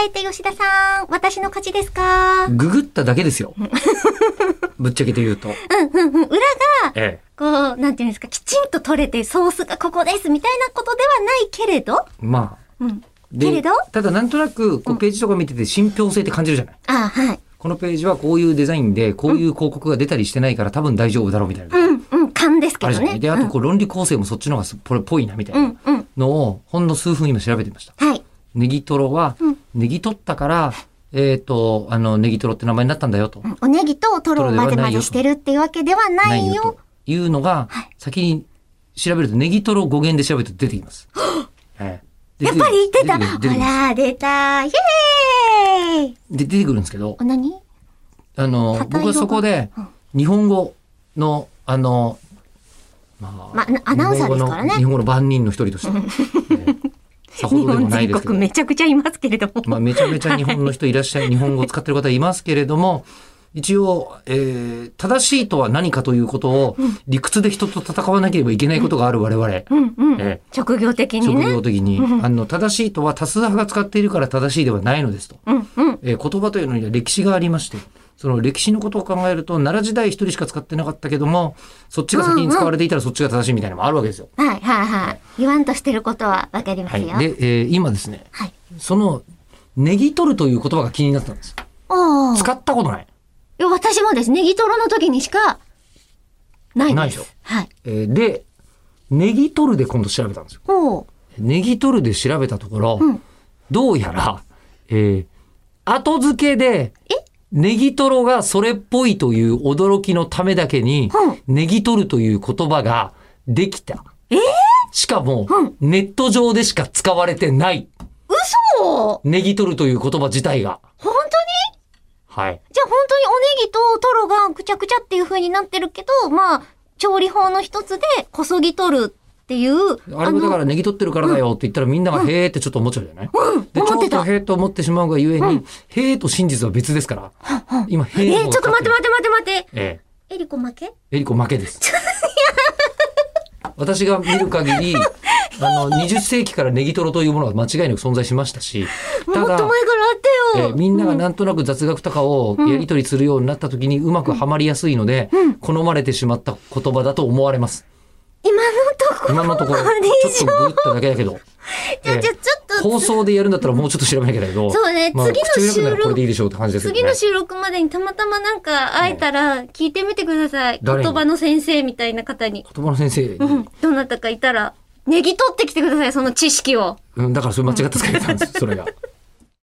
えて吉田さん、私の勝ちですか？ ググっただけですよ。ぶっちゃけて言うと。 裏が、 ええ。 こう、なんていうんですか、きちんと取れてソースがここですみたいなことではないけれど。 まあ。 うん。 でけれどただなんとなく、こうページとか見てて信憑性って感じるじゃない。 ああ、はい。 このページはこういうデザインで、こういう広告が出たりしてないから多分大丈夫だろうみたいな。 勘ですけどね。 あるじゃない。で、あとこう論理構成もそっちの方がぽいなみたいなのを、ほんの数分今調べてみました。 はい。 ネギトロは、ネギ取ったから、ネギトロって名前になったんだよと。 おネギとトロを混ぜ混ぜしてるっていうわけではないよ。 というのが、先に調べると、ネギトロ語源で調べると出てきます。 やっぱり出た。ほら、出た。イエーイで、出てくるんですけど、 何？ 僕はそこで、日本語の、 アナウンサーですからね。 日本語の万人の一人として。さほどでもないですけど。 日本全国めちゃくちゃいますけれども。 めちゃめちゃ日本の人いらっしゃい、日本語を使ってる方いますけれども、一応、正しいとは何かということを、理屈で人と戦わなければいけないことがある我々。 職業的にね。 職業的に。正しいとは多数派が使っているから正しいではないのですと。言葉というのには歴史がありまして、その歴史のことを考えると、奈良時代一人しか使ってなかったけども、そっちが先に使われていたらそっちが正しいみたいなのもあるわけですよ。 言わんとしてることはわかりますよ。 で、今ですね、その、ネギ取るという言葉が気になったんです。使ったことない。 私もです。ネギトロの時にしかないです。 ないでしょ。 はい。 で、ネギトルで今度調べたんですよ。ネギトルで調べたところ、どうやら、後付けで、ネギトロがそれっぽいという驚きのためだけに、ネギトルという言葉ができた。しかも、ネット上でしか使われてない。 嘘！ ネギトルという言葉自体が。 本当に？ はい。 じゃあ本当におネギとトロがぐちゃぐちゃっていう風になってるけど、調理法の一つでこそぎ取るっていう。 あれもだからネギ取ってるからだよって言ったらみんながへーってちょっと思っちゃうじゃない？で、ちょっとへーと思ってしまうがゆえに、へーと真実は別ですから。今、へー。 ちょっと待って。エリコ負け？ エリコ負けです。私が見る限り、20世紀からネギトロというものは間違いなく存在しましたし、 ただ、もっと前からあったよ。 みんながなんとなく雑学とかをやり取りするようになった時にうまくはまりやすいので、好まれてしまった言葉だと思われます。今のところ、ちょっとググっただけだけど。 ちょっと。 放送でやるんだったらもうちょっと調べなきゃだけど。 そうね、次の収録。 これでいいでしょうって感じですよね。 次の収録までにたまたまなんか会えたら聞いてみてください。言葉の先生みたいな方に。 言葉の先生。 どなたかいたら、ネギ取ってきてください、その知識を。 だからそれ間違った使い方なんです、それが。